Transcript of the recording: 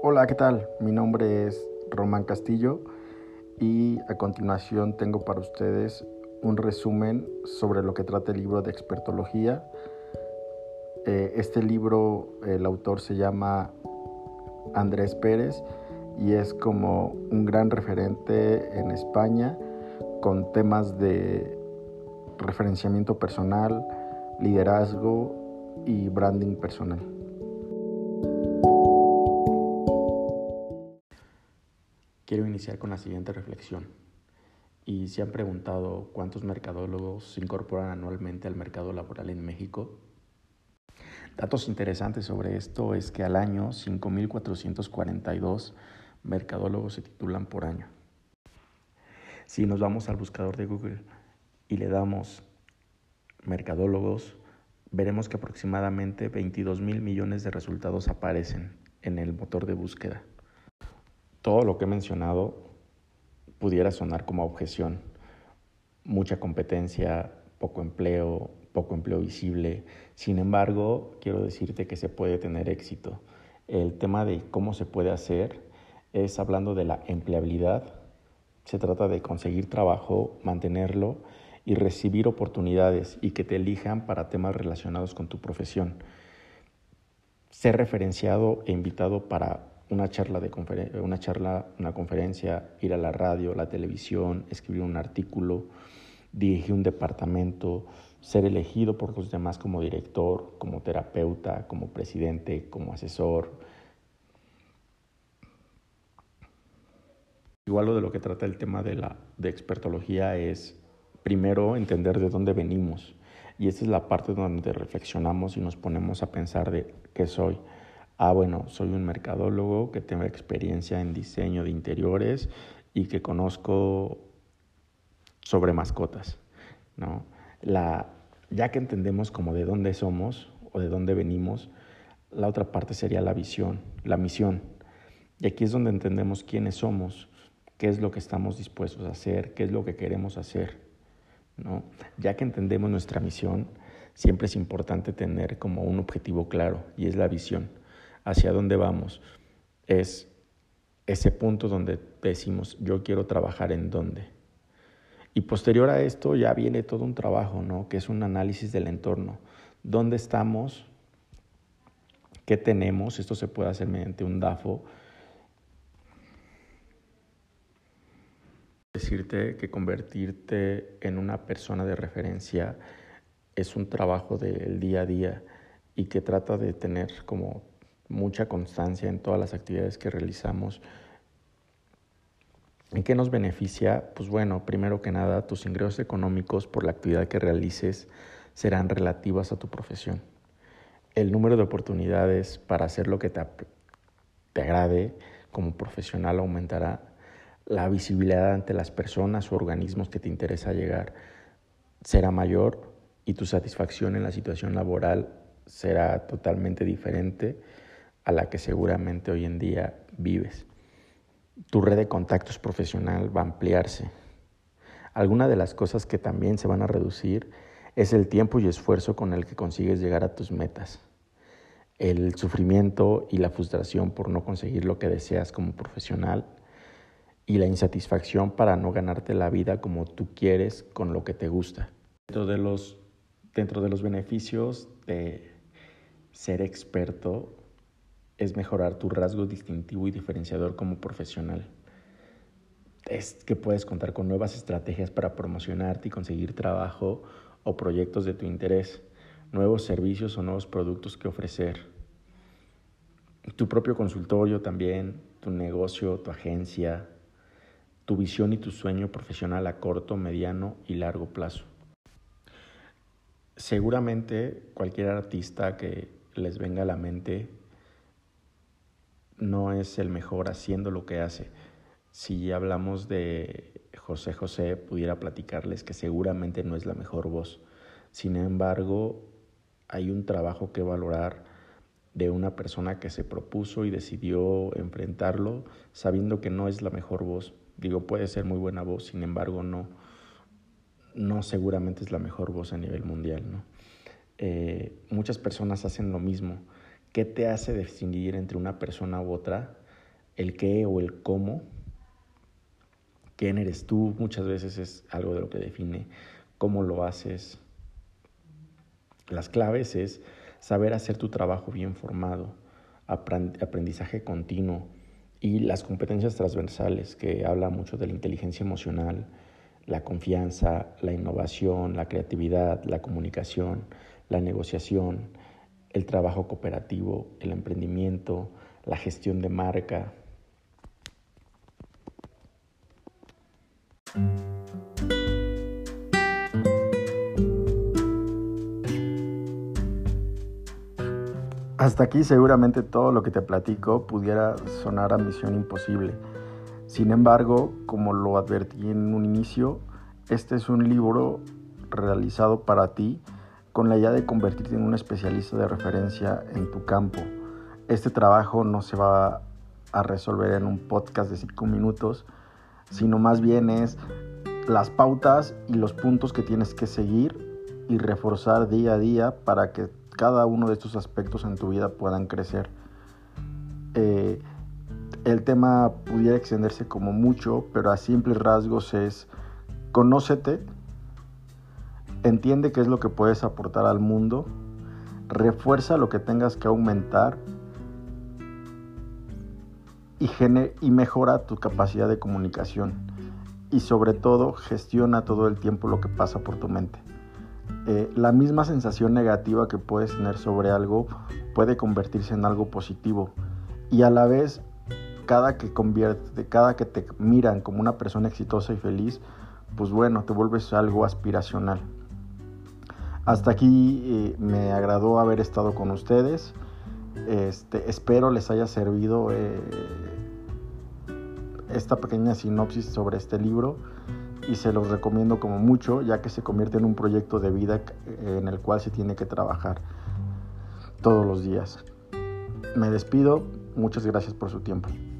Hola, ¿qué tal? Mi nombre es Román Castillo y a continuación tengo para ustedes un resumen sobre lo que trata el libro de expertología. Este libro, el autor se llama Andrés Pérez y es como un gran referente en España con temas de referenciamiento personal, liderazgo y branding personal. Quiero iniciar con la siguiente reflexión. ¿Y se han preguntado cuántos mercadólogos se incorporan anualmente al mercado laboral en México? Datos interesantes sobre esto es que al año 5.442 mercadólogos se titulan por año. Si nos vamos al buscador de Google y le damos mercadólogos, veremos que aproximadamente 22.000 millones de resultados aparecen en el motor de búsqueda. Todo lo que he mencionado pudiera sonar como objeción. Mucha competencia, poco empleo visible. Sin embargo, quiero decirte que se puede tener éxito. El tema de cómo se puede hacer es hablando de la empleabilidad. Se trata de conseguir trabajo, mantenerlo y recibir oportunidades y que te elijan para temas relacionados con tu profesión. Ser referenciado e invitado para una conferencia, ir a la radio, la televisión, escribir un artículo, dirigir un departamento, ser elegido por los demás como director, como terapeuta, como presidente, como asesor. Igual lo de lo que trata el tema de expertología es primero entender de dónde venimos. Y esta es la parte donde reflexionamos y nos ponemos a pensar de qué soy. Bueno, soy un mercadólogo que tengo experiencia en diseño de interiores y que conozco sobre mascotas, ¿no? Ya que entendemos como de dónde somos o de dónde venimos, la otra parte sería la visión, la misión. Y aquí es donde entendemos quiénes somos, qué es lo que estamos dispuestos a hacer, qué es lo que queremos hacer, ¿no? Ya que entendemos nuestra misión, siempre es importante tener como un objetivo claro, y es la visión. ¿Hacia dónde vamos? Es ese punto donde decimos, yo quiero trabajar en dónde. Y posterior a esto ya viene todo un trabajo, ¿no? Que es un análisis del entorno. ¿Dónde estamos? ¿Qué tenemos? Esto se puede hacer mediante un DAFO. Decirte que convertirte en una persona de referencia es un trabajo del día a día y que trata de tener como mucha constancia en todas las actividades que realizamos. ¿En qué nos beneficia? Pues bueno, primero que nada, tus ingresos económicos por la actividad que realices serán relativas a tu profesión. El número de oportunidades para hacer lo que te agrade como profesional aumentará. La visibilidad ante las personas o organismos que te interesa llegar será mayor y tu satisfacción en la situación laboral será totalmente diferente a la que seguramente hoy en día vives. Tu red de contactos profesional va a ampliarse. Alguna de las cosas que también se van a reducir es el tiempo y esfuerzo con el que consigues llegar a tus metas. El sufrimiento y la frustración por no conseguir lo que deseas como profesional y la insatisfacción para no ganarte la vida como tú quieres con lo que te gusta. Dentro de los beneficios de ser experto es mejorar tu rasgo distintivo y diferenciador como profesional. Es que puedes contar con nuevas estrategias para promocionarte y conseguir trabajo o proyectos de tu interés, nuevos servicios o nuevos productos que ofrecer. Tu propio consultorio también, tu negocio, tu agencia, tu visión y tu sueño profesional a corto, mediano y largo plazo. Seguramente cualquier artista que les venga a la mente no es el mejor haciendo lo que hace. Si hablamos de José José, pudiera platicarles que seguramente no es la mejor voz. Sin embargo, hay un trabajo que valorar de una persona que se propuso y decidió enfrentarlo sabiendo que no es la mejor voz. Digo, puede ser muy buena voz, sin embargo, no seguramente es la mejor voz a nivel mundial, ¿no? Muchas personas hacen lo mismo. ¿Qué te hace distinguir entre una persona u otra? El qué o el cómo. ¿Quién eres tú? Muchas veces es algo de lo que define cómo lo haces. Las claves es saber hacer tu trabajo bien formado, aprendizaje continuo y las competencias transversales, que habla mucho de la inteligencia emocional, la confianza, la innovación, la creatividad, la comunicación, la negociación, el trabajo cooperativo, el emprendimiento, la gestión de marca. Hasta aquí seguramente todo lo que te platico pudiera sonar a misión imposible. Sin embargo, como lo advertí en un inicio, este es un libro realizado para ti con la idea de convertirte en un especialista de referencia en tu campo. Este trabajo no se va a resolver en un podcast de 5 minutos, sino más bien es las pautas y los puntos que tienes que seguir y reforzar día a día para que cada uno de estos aspectos en tu vida puedan crecer. El tema pudiera extenderse como mucho, pero a simples rasgos es: conócete, entiende qué es lo que puedes aportar al mundo, refuerza lo que tengas que aumentar y mejora tu capacidad de comunicación. Y sobre todo, gestiona todo el tiempo lo que pasa por tu mente. La misma sensación negativa que puedes tener sobre algo puede convertirse en algo positivo. Y a la vez, cada que te miran como una persona exitosa y feliz, pues bueno, te vuelves algo aspiracional. Hasta aquí me agradó haber estado con ustedes. Espero les haya servido esta pequeña sinopsis sobre este libro y se los recomiendo como mucho, ya que se convierte en un proyecto de vida en el cual se tiene que trabajar todos los días. Me despido, muchas gracias por su tiempo.